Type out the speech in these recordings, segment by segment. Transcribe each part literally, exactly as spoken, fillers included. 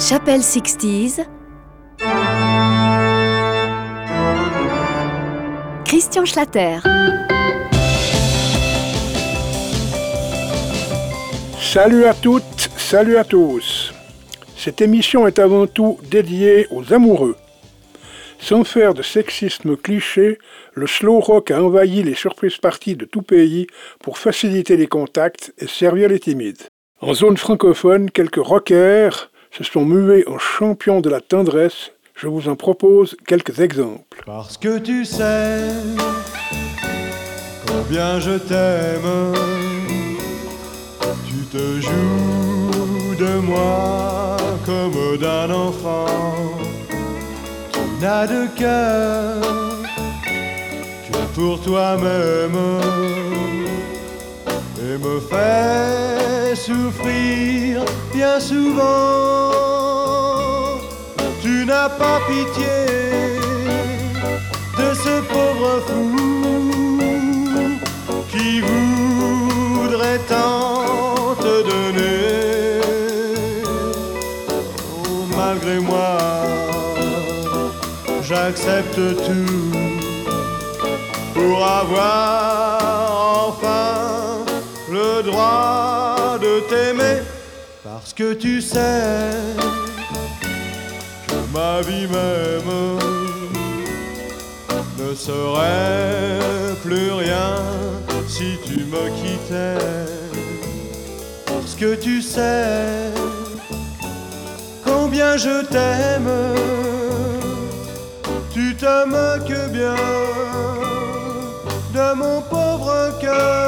Chapelle sixties. Christian Schlatter. Salut à toutes, salut à tous. Cette émission est avant tout dédiée aux amoureux. Sans faire de sexisme cliché, le slow rock a envahi les surprises parties de tout pays pour faciliter les contacts et servir les timides. En zone francophone, quelques rockers se sont mués en champions de la tendresse. Je vous en propose quelques exemples. Parce que tu sais combien je t'aime, tu te joues de moi comme d'un enfant. Tu n'as de cœur que pour toi-même et me fais souffrir bien souvent. Tu n'as pas pitié de ce pauvre fou qui voudrait tant te donner. Oh, malgré moi, j'accepte tout pour avoir enfin le droit de t'aimer. Parce que tu sais que ma vie même ne serait plus rien si tu me quittais. Parce que tu sais combien je t'aime, tu te moques bien de mon pauvre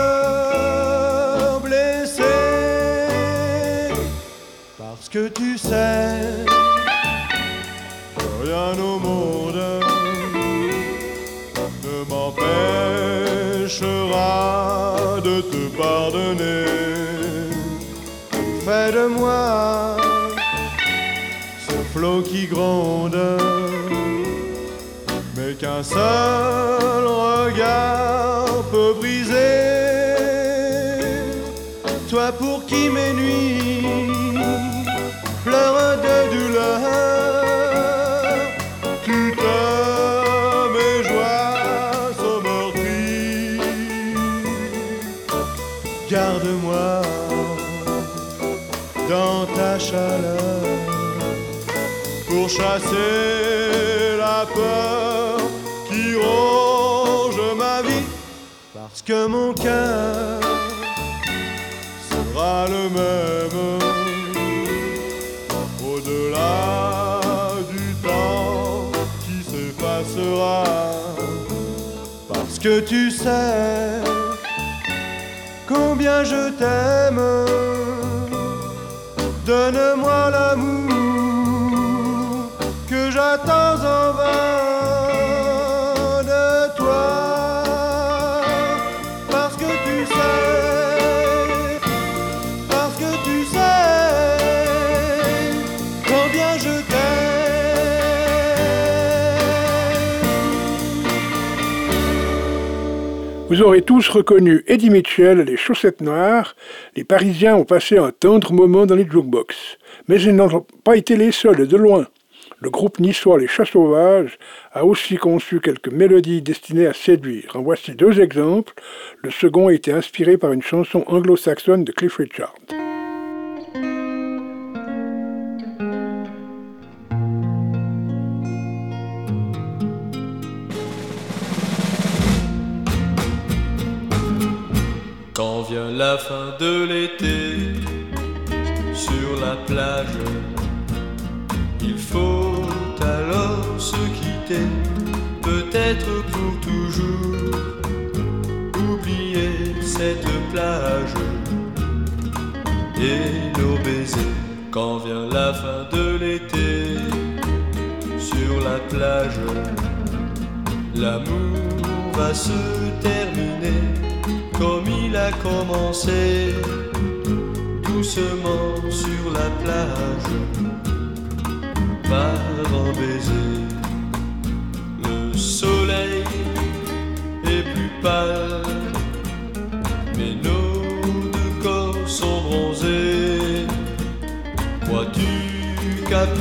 cœur blessé. Parce que tu sais que rien au monde ne m'empêchera de te pardonner. Fais de moi ce flot qui gronde, mais qu'un seul regard peut briser. Toi pour qui mes nuits pleurent de douleur, toutes mes joies sont meurtries. Garde-moi dans ta chaleur pour chasser la peur qui ronge ma vie. Parce que mon cœur sera le même au-delà du temps qui s'effacera. Parce que tu sais combien je t'aime, donne-moi l'amour que j'attends en vain de toi. Parce que tu sais, parce que tu sais combien je t'aime. Vous aurez tous reconnu Eddie Mitchell, les chaussettes noires. Les Parisiens ont passé un tendre moment dans les jukebox. Mais ils n'ont pas été les seuls, et de loin. Le groupe niçois Les Chats Sauvages a aussi conçu quelques mélodies destinées à séduire. En voici deux exemples. Le second a été inspiré par une chanson anglo-saxonne de Cliff Richard. Quand vient la fin de l'été, sur la plage, il faut alors se quitter, peut-être pour toujours, oublier cette plage et nos baisers. Quand vient la fin de l'été, sur la plage, l'amour va se terminer comme il a commencé, doucement sur la plage, par un baiser. Le soleil est plus pâle, mais nos deux corps sont bronzés. Crois-tu qu'à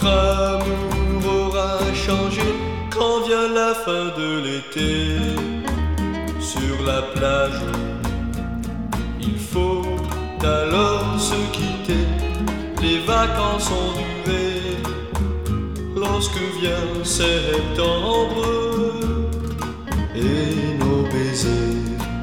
notre amour aura changé quand vient la fin de l'été. Sur la plage, il faut alors se quitter. Les vacances ont duré. Lorsque vient septembre et nos baisers.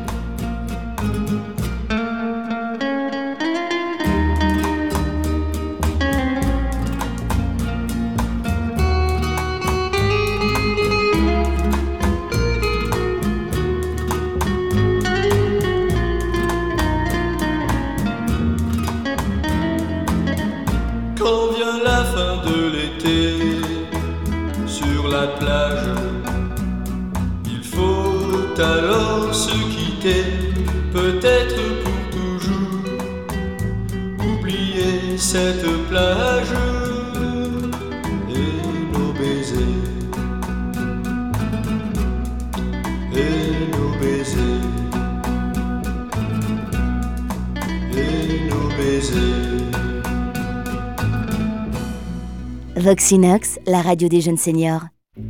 Quand vient la fin de l'été, sur la plage, il faut alors se quitter, peut-être pour toujours, oublier cette plage et nos baisers, et nos baisers, et nos baisers. Voxinox, la radio des jeunes seniors.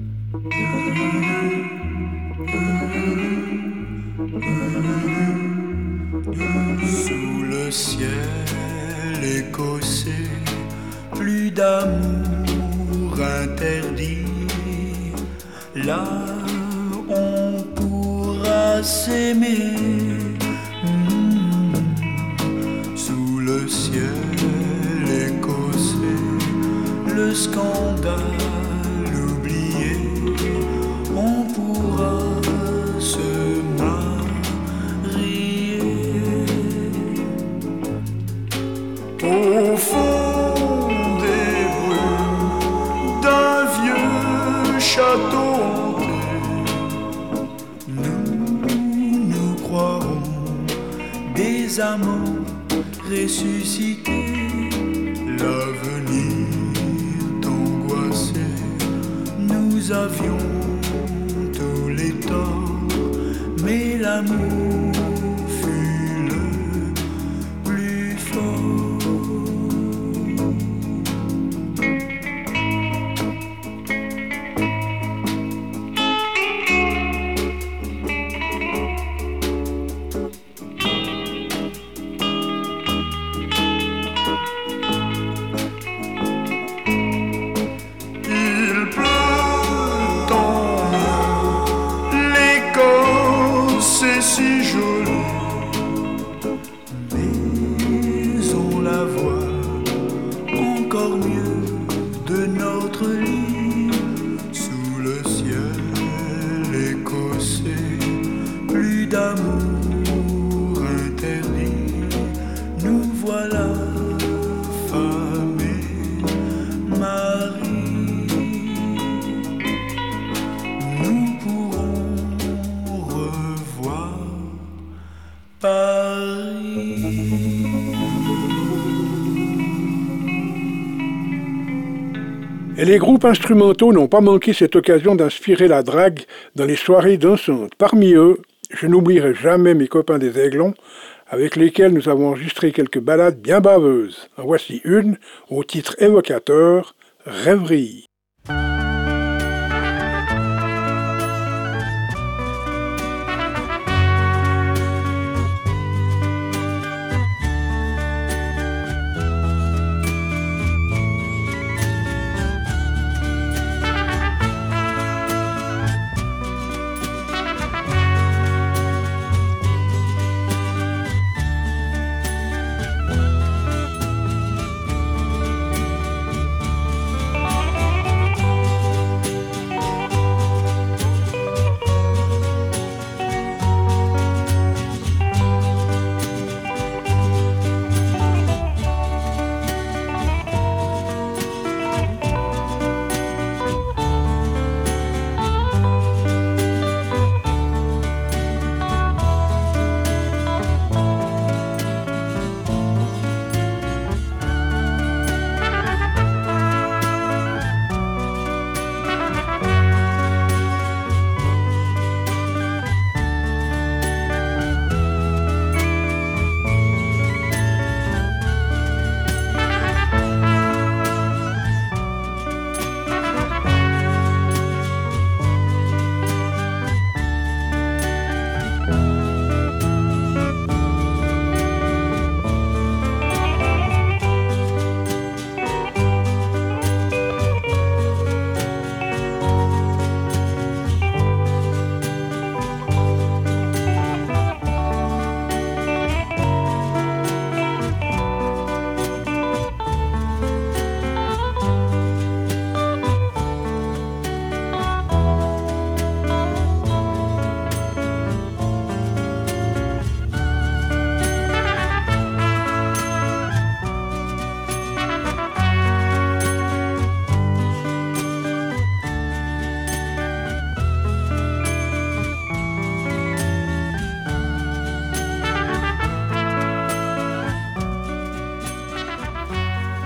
Sous le ciel écossais, plus d'amour interdit. Là, on pourra s'aimer. Mmh. Sous le ciel écossais, le scandale oublié, on pourra se marier. Au fond des brumes d'un vieux château hanté, nous nous croirons des amants ressuscités. L'avenir nous avions tous les torts, mais l'amour fut le plus fort. Si jolie, mais on la voit encore mieux de notre lit. Sous le ciel écossais, plus d'amour interdit. Nous voilà femme et mari. Nous pourrons revoir Paris. Et les groupes instrumentaux n'ont pas manqué cette occasion d'inspirer la drague dans les soirées dansantes. Parmi eux, je n'oublierai jamais mes copains des Aiglons, avec lesquels nous avons enregistré quelques ballades bien baveuses. En voici une, au titre évocateur, Rêverie.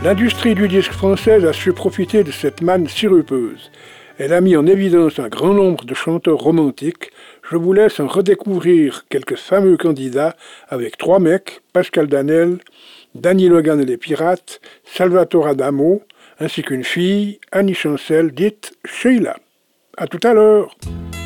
L'industrie du disque française a su profiter de cette manne sirupeuse. Elle a mis en évidence un grand nombre de chanteurs romantiques. Je vous laisse en redécouvrir quelques fameux candidats avec trois mecs, Pascal Danel, Danny Logan et les Pirates, Salvatore Adamo, ainsi qu'une fille, Annie Chancel, dite Sheila. À tout à l'heure.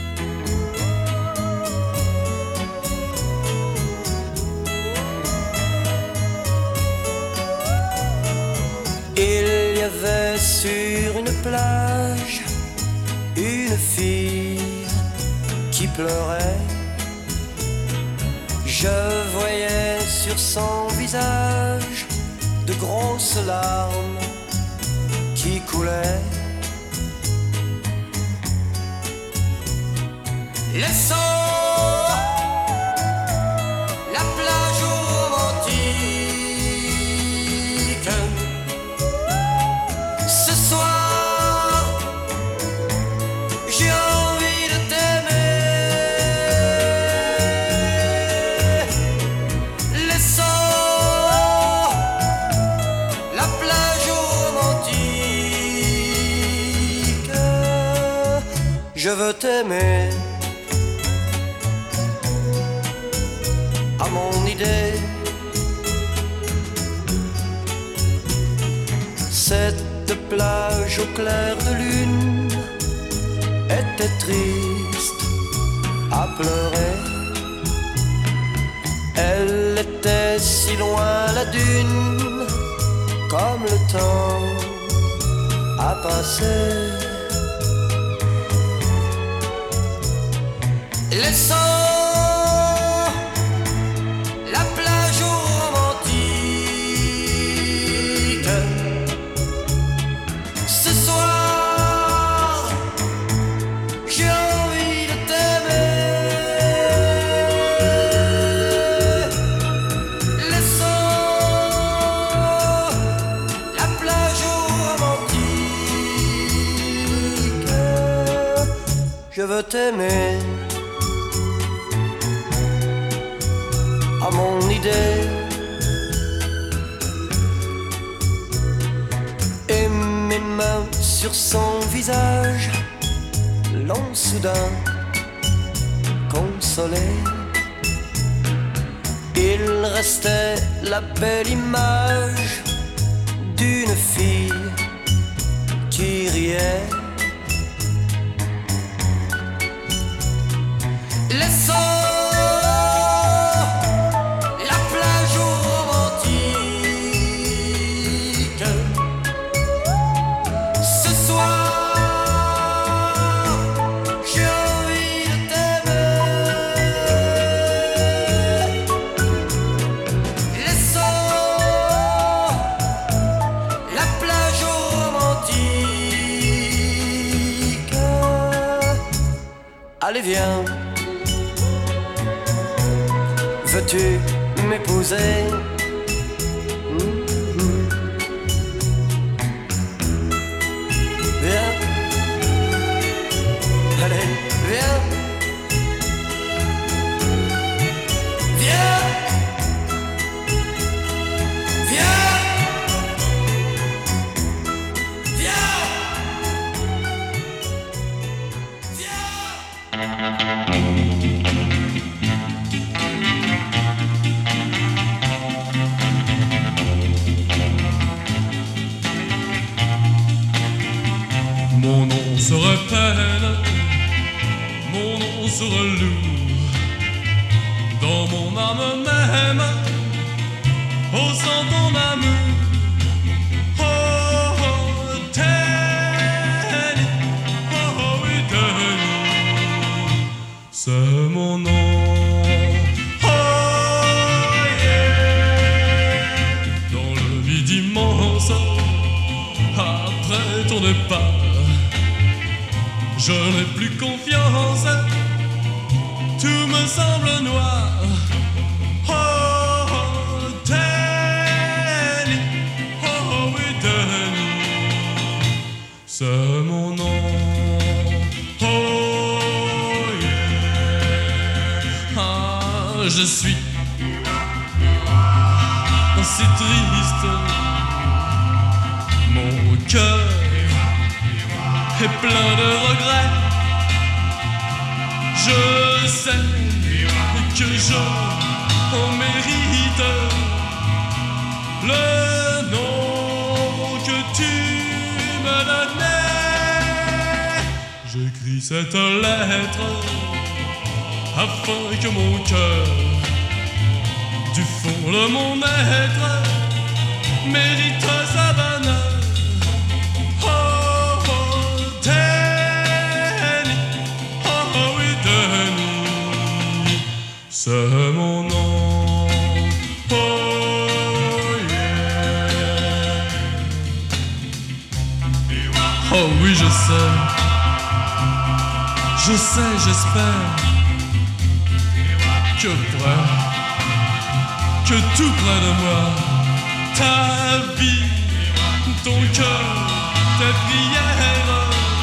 Il y avait sur une plage une fille qui pleurait. Je voyais sur son visage de grosses larmes qui coulaient. Laissons la plage romantique. Ce soir, j'ai envie de t'aimer. Laissons la plage romantique. Je veux t'aimer à mon idée. Cette plage au clair de lune était triste à pleurer. Elle était si loin la dune, comme le temps a passé. Laissons la plage romantique. Ce soir, j'ai envie de t'aimer. Laissons la plage romantique. Je veux t'aimer à mon idée. Et mes mains sur son visage l'ont soudain consolé. Il restait la belle image d'une fille qui riait. Laissons allez viens, veux-tu m'épouser? Mm-hmm. Viens, allez viens, viens, viens, viens. Mon nom sera peine, mon nom sera lourd, dans mon âme même, au sang ton amour. Oh, oh, Teddy, oh, oh, oui, Teddy, c'est mon nom. Oh, yeah. Dans le vide immense, après ton départ, je n'ai plus confiance, tout me semble noir. Oh, oh Danny, oh, oh oui Danny, c'est mon nom. Oh yeah, ah, je suis si triste cœur est plein de regrets. Je sais que je en mérite le nom que tu me donnais. J'écris cette lettre afin que mon cœur, du fond de mon être, mérite sa bonheur. Oh, oh, Denis, oh, oh, oui, Denis, c'est mon nom. Oh, yeah. Oh, oui, je sais, je sais, j'espère que près, que tout près de moi, ta vie, ton cœur, tes prières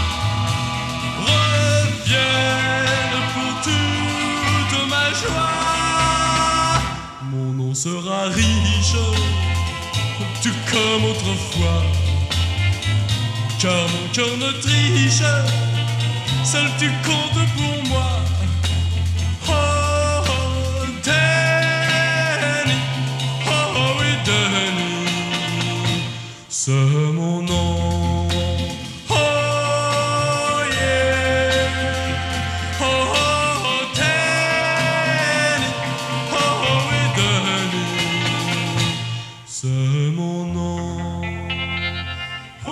reviennent pour toute ma joie. Mon nom sera riche, tout comme autrefois, car mon cœur ne triche, seul tu comptes pour moi. Oh, oh, Denis, oh, oh, oui, Denis, c'est mon nom. Oh, yeah. Oh, oh, Denis, oh, oh, oui, Denis, c'est mon nom. Oh,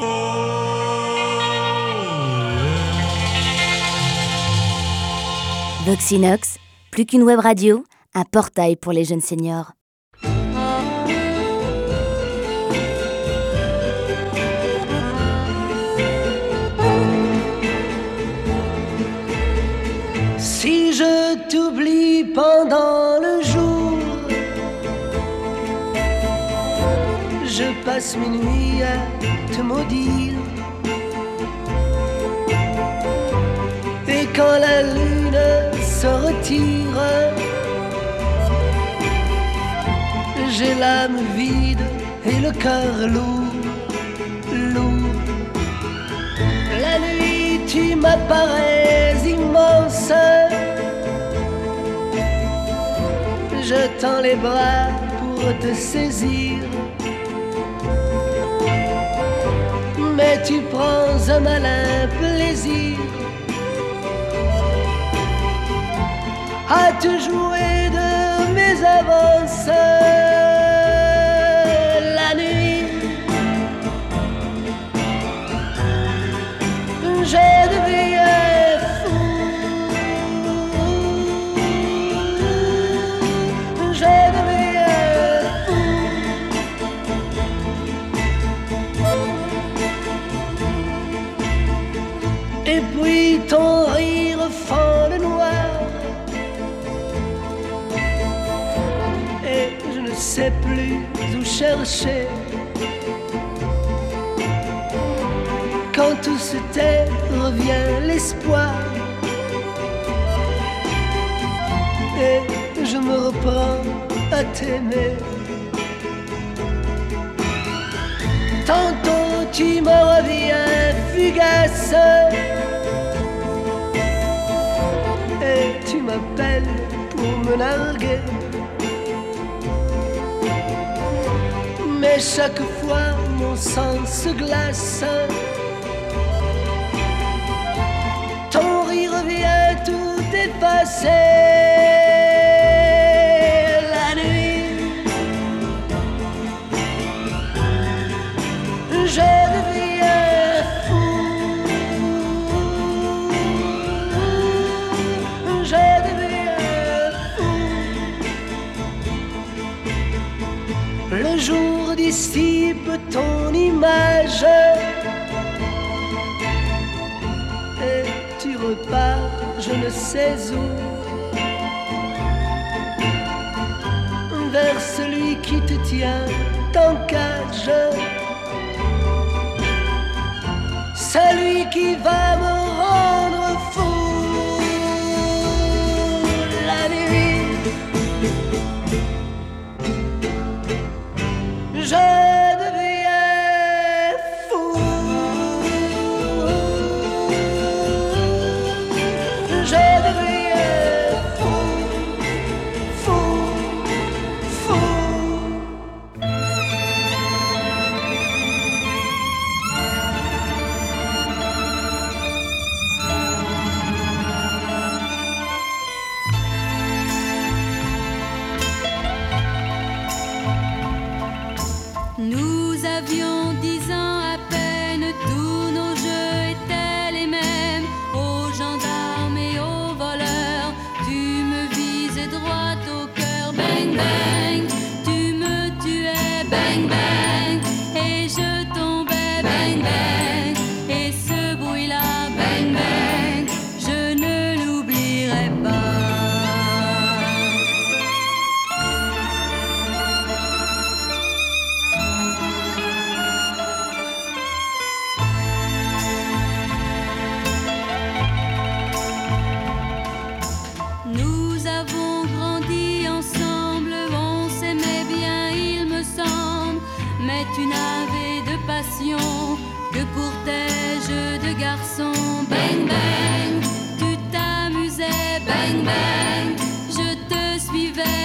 Voxinox, plus qu'une web radio, un portail pour les jeunes seniors. Si je t'oublie pendant le jour, je passe mes nuits à te maudire. Et quand la lune se retire, j'ai l'âme vide et le cœur lourd, lourd. La nuit tu m'apparais immense, je tends les bras pour te saisir, mais tu prends un malin plaisir à te jouer de mes avances. La nuit, je deviens fou, je deviens fou. Et puis ton rire fend le noir, je ne sais plus où chercher. Quand tout se tait, revient l'espoir, et je me reprends à t'aimer. Tantôt tu me reviens fugace, et tu m'appelles pour me narguer. Mais chaque fois mon sang se glace, ton rire vient tout effacer. La nuit, je deviens fou, je deviens fou. Le jour dissipe ton image et tu repars je ne sais où, vers celui qui te tient en cage, celui qui va me rendre fou. La nuit, je deviens fou.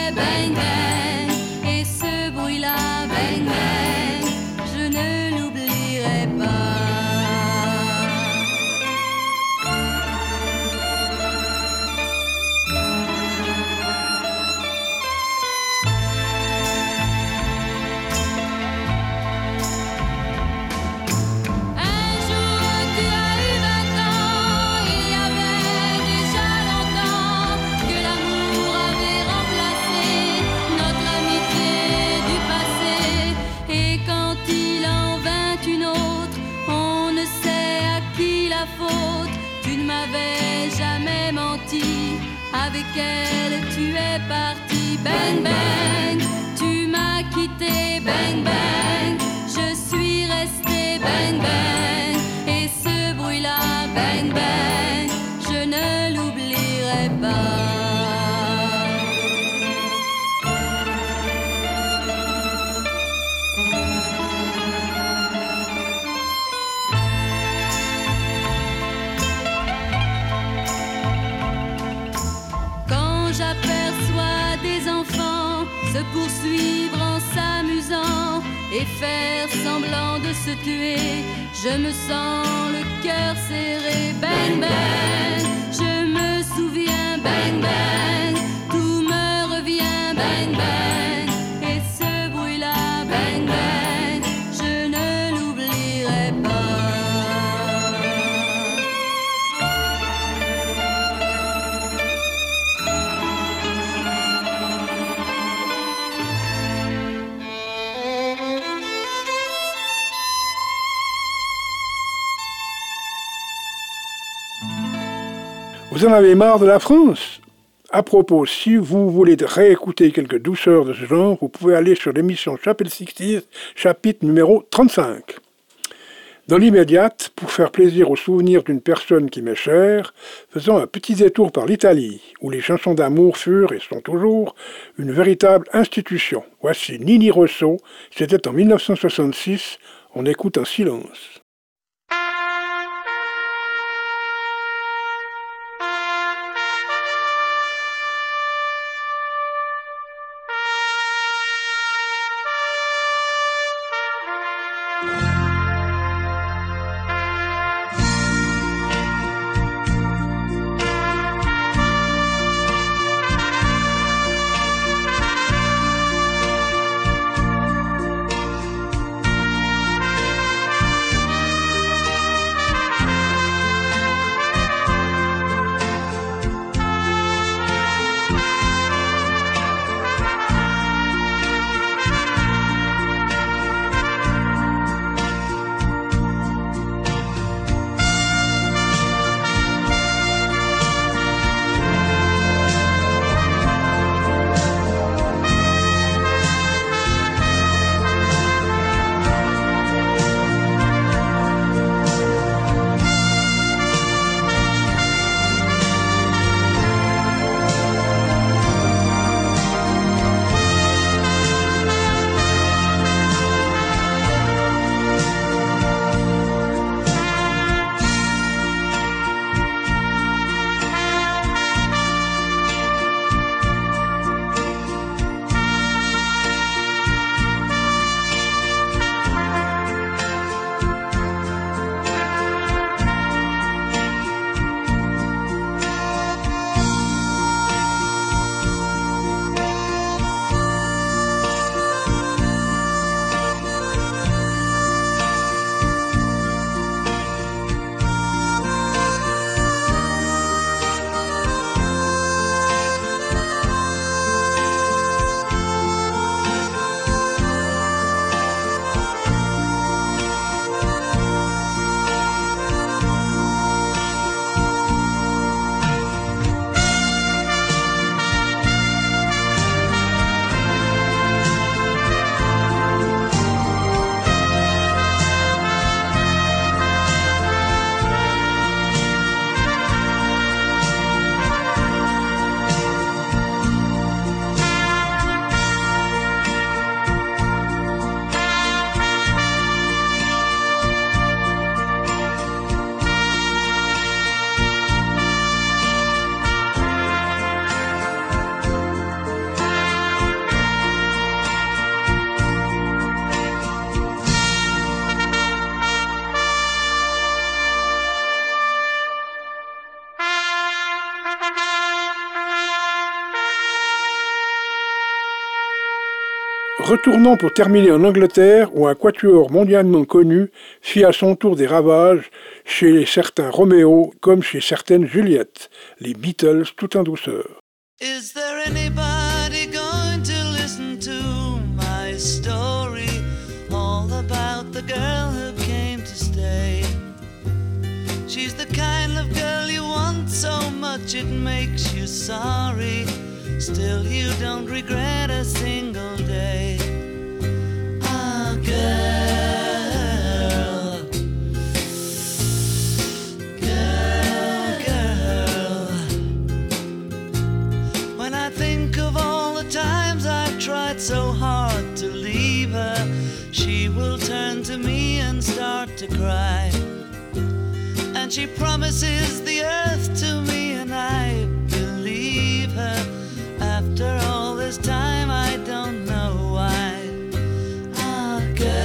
fait bang bang. Et ce bruit-là, bang bang, je ne l'oublierai pas. Avec elle tu es parti, bang bang, tu m'as quitté, bang bang, je suis resté, bang bang, et ce bruit-là, bang bang, je ne l'oublierai pas. J'aperçois des enfants se poursuivre en s'amusant et faire semblant de se tuer. Je me sens le cœur serré, bang bang. Je me souviens, bang bang. Tout me revient, bang bang. Et ce bruit-là, bang bang, je ne l'oublierai pas. Vous en avez marre de la France? À propos, si vous voulez réécouter quelques douceurs de ce genre, vous pouvez aller sur l'émission Chapelle soixante, chapitre numéro trente-cinq. Dans l'immédiate, pour faire plaisir aux souvenirs d'une personne qui m'est chère, faisons un petit détour par l'Italie, où les chansons d'amour furent et sont toujours une véritable institution. Voici Nini Rosso, c'était en mille neuf cent soixante-six, on écoute en silence. Bang Retournons pour terminer en Angleterre, où un quatuor mondialement connu fit à son tour des ravages chez certains Roméo comme chez certaines Juliette, les Beatles tout en douceur. Is there anybody going to listen to my story? All about the girl who came to stay. She's the kind of girl you want so much it makes you sorry. Still you don't regret a single day. Ah, girl, girl, girl. When I think of all the times I've tried so hard to leave her, she will turn to me and start to cry. And she promises the earth to me and I believe her. After all this time I don't know why. Ah,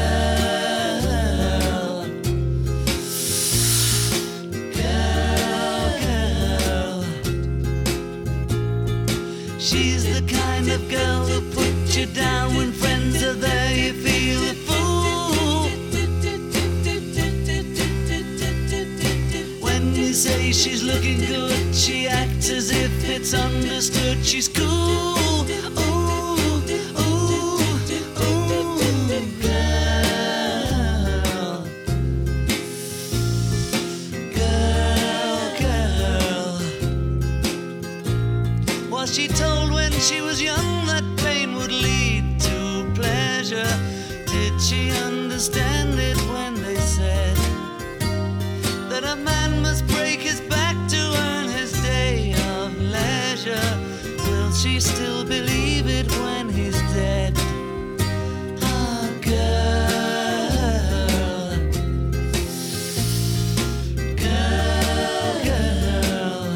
girl, girl, girl. She's the kind of girl who puts you down when friends are there. You feel a fool when you say she's looking good. She acts as if it's understood. She's cool. Ooh, ooh, ooh, girl, girl, girl. Was she told when she was young that pain would lead to pleasure? Did she understand it when they said that a man must break his back to earn his day of leisure? Will she still believe it when he's dead? Ah, girl, girl, girl.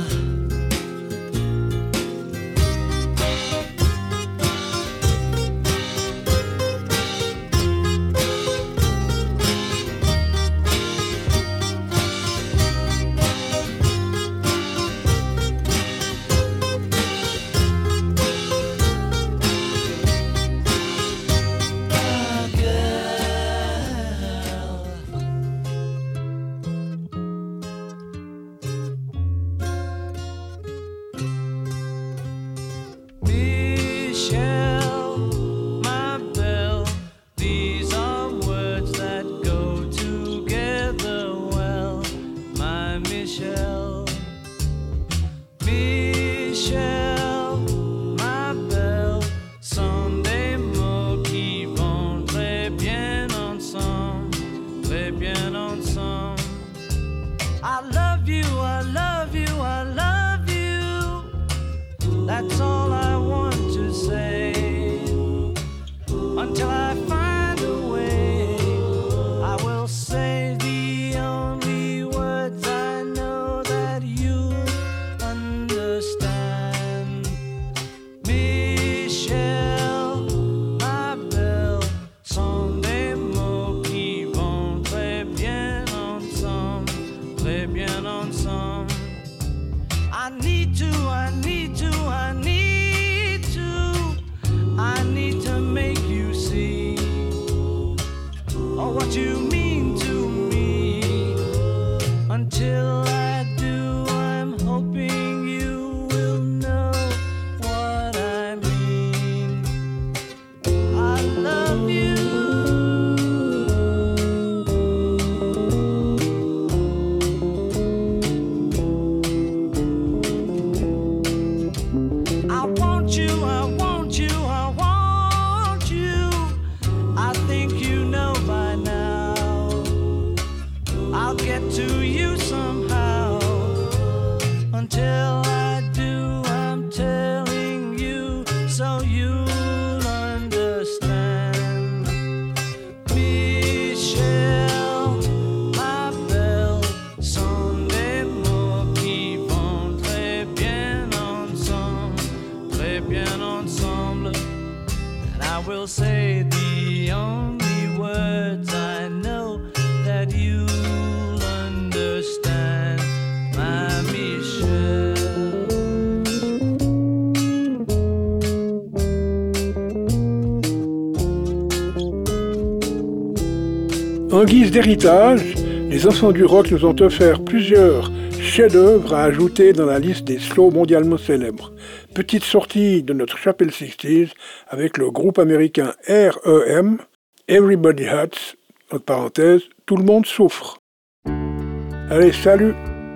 En guise d'héritage, les enfants du rock nous ont offert plusieurs chefs-d'œuvre à ajouter dans la liste des slows mondialement célèbres. Petite sortie de notre chapelle soixante avec le groupe américain R E M, Everybody Hurts, entre parenthèses, tout le monde souffre. Allez, salut!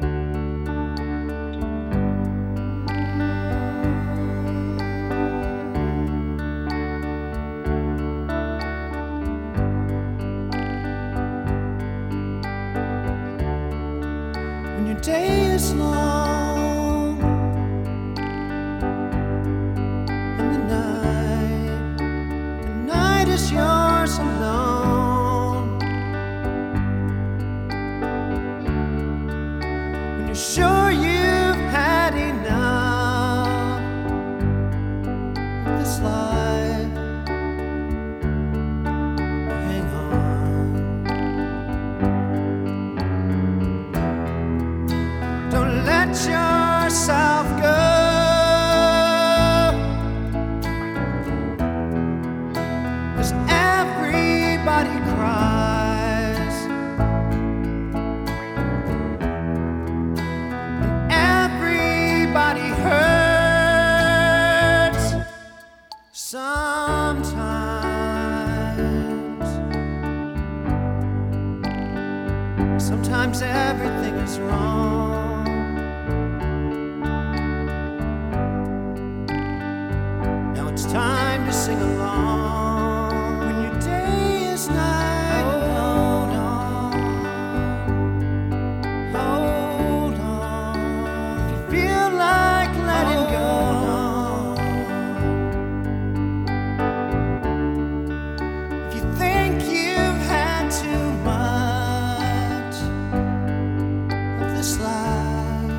Day is long and the night, the night is yours alone. When you're sure you've had enough of this life, hang on. Don't let yourself go, 'cause everybody cries and everybody hurts sometimes. Sometimes everything is wrong. It's time to sing along. When your day is night, hold on, hold on. If you feel like letting go, if you think you've had too much of this life,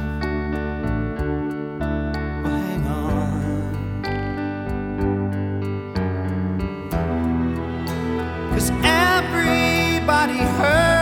well, hang on. 'Cause everybody hurts.